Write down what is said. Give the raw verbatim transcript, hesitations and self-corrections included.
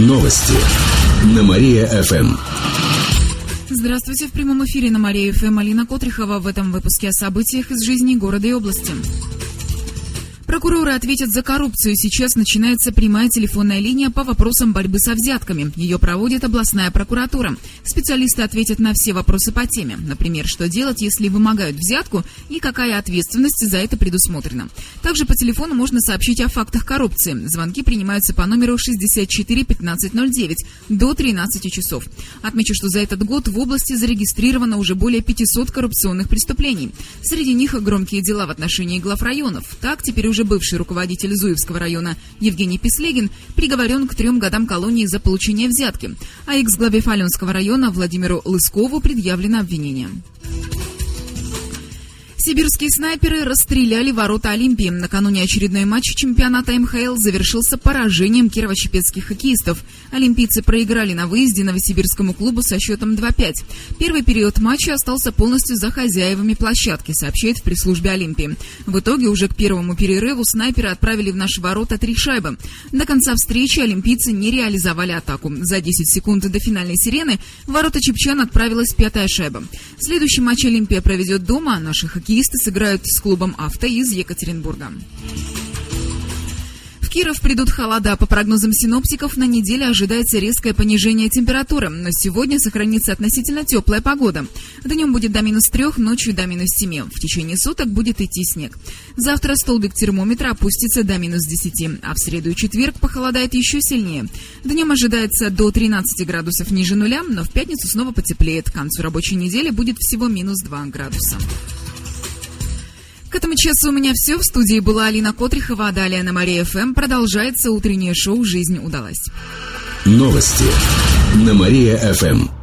Новости на Мария-ФМ. Здравствуйте, в прямом эфире на Мария-ФМ Алина Котрихова. В этом выпуске о событиях из жизни города и области. Прокуроры ответят за коррупцию. Сейчас начинается прямая телефонная линия по вопросам борьбы со взятками. Ее проводит областная прокуратура. Специалисты ответят на все вопросы по теме. Например, что делать, если вымогают взятку и какая ответственность за это предусмотрена. Также по телефону можно сообщить о фактах коррупции. Звонки принимаются по номеру шестьдесят четыре пятнадцать ноль девять до тринадцати часов. Отмечу, что за этот год в области зарегистрировано уже более пятисот коррупционных преступлений. Среди них громкие дела в отношении глав районов. Так, теперь уже бывший руководитель Зуевского района Евгений Песлегин приговорен к трем годам колонии за получение взятки, а экс-главе Фаленского района Владимиру Лыскову предъявлено обвинение. Сибирские снайперы расстреляли ворота Олимпии. Накануне очередной матч чемпионата эм ха эл завершился поражением кирово-чепецких хоккеистов. Олимпийцы проиграли на выезде новосибирскому клубу со счетом два пять. Первый период матча остался полностью за хозяевами площадки, сообщает в пресс-службе Олимпии. В итоге уже к первому перерыву снайперы отправили в наши ворота три шайбы. До конца встречи олимпийцы не реализовали атаку. За десять секунд до финальной сирены в ворота чепчан отправилась пятая шайба. Следующий матч Олимпия проведет дома, а наши хоккеисты сыграют с клубом «Авто» из Екатеринбурга. В Киров придут холода. По прогнозам синоптиков, на неделе ожидается резкое понижение температуры, но сегодня сохранится относительно теплая погода. Днем будет до минус трех, ночью до минус семи. В течение суток будет идти снег. Завтра столбик термометра опустится до минус десяти, а в среду и четверг похолодает еще сильнее. Днем ожидается до тринадцати градусов ниже нуля, но в пятницу снова потеплеет. К концу рабочей недели будет всего минус два градуса. К этому часу у меня все. В студии была Алина Котрихова, а далее на Мария-ФМ продолжается утреннее шоу «Жизнь удалась». Новости на Мария-ФМ.